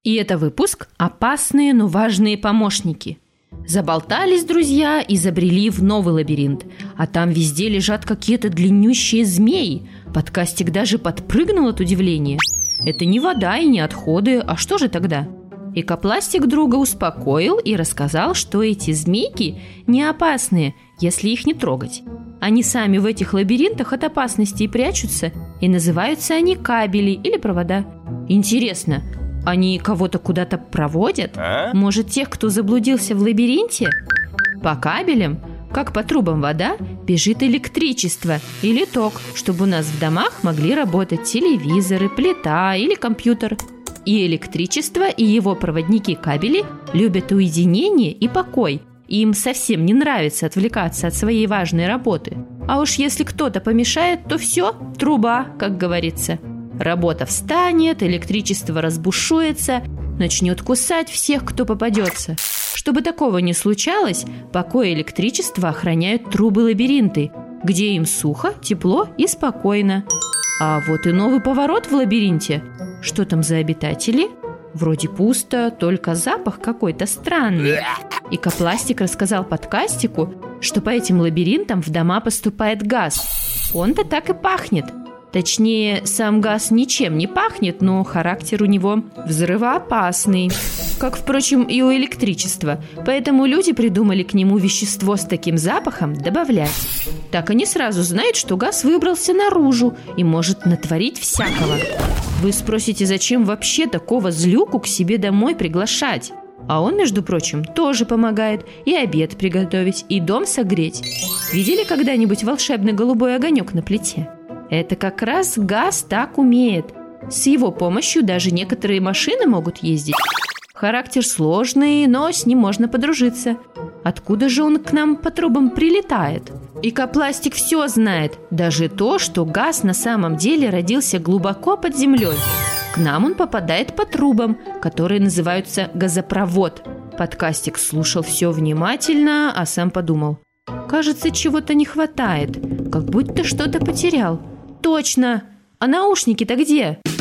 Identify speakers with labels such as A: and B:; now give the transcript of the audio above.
A: И это выпуск «Опасные, но важные помощники». Заболтались друзья и забрели в новый лабиринт. А там везде лежат какие-то длиннющие змеи. Подкастик даже подпрыгнул от удивления. Это не вода и не отходы, а что же тогда? Экопластик друга успокоил и рассказал, что эти змейки не опасные, если их не трогать. Они сами в этих лабиринтах от опасности и прячутся, и называются они кабели или провода. Интересно, они кого-то куда-то проводят? Может, тех, кто заблудился в лабиринте? По кабелям, как по трубам вода, бежит электричество или ток, чтобы у нас в домах могли работать телевизоры, плита или компьютер. И электричество, и его проводники кабели любят уединение и покой. Им совсем не нравится отвлекаться от своей важной работы. А уж если кто-то помешает, то все, труба, как говорится. Работа встанет, электричество разбушуется, начнет кусать всех, кто попадется. Чтобы такого не случалось, покой и электричество охраняют трубы-лабиринты, где им сухо, тепло и спокойно. А вот и новый поворот в лабиринте. Что там за обитатели? Вроде пусто, только запах какой-то странный. Экопластик рассказал подкастику, что по этим лабиринтам в дома поступает газ. Он-то так и пахнет. Точнее, сам газ ничем не пахнет, но характер у него взрывоопасный. Как, впрочем, и у электричества. Поэтому люди придумали к нему вещество с таким запахом добавлять. Так они сразу знают, что газ выбрался наружу и может натворить всякого. Вы спросите, зачем вообще такого злюку к себе домой приглашать? А он, между прочим, тоже помогает и обед приготовить, и дом согреть. Видели когда-нибудь волшебный голубой огонек на плите? Это как раз газ так умеет. С его помощью даже некоторые машины могут ездить. Характер сложный, но с ним можно подружиться. Откуда же он к нам по трубам прилетает? Экопластик все знает, даже то, что газ на самом деле родился глубоко под землей. К нам он попадает по трубам, которые называются газопровод. Подкастик слушал все внимательно, а сам подумал: кажется, чего-то не хватает, как будто что-то потерял. Точно! А наушники-то где?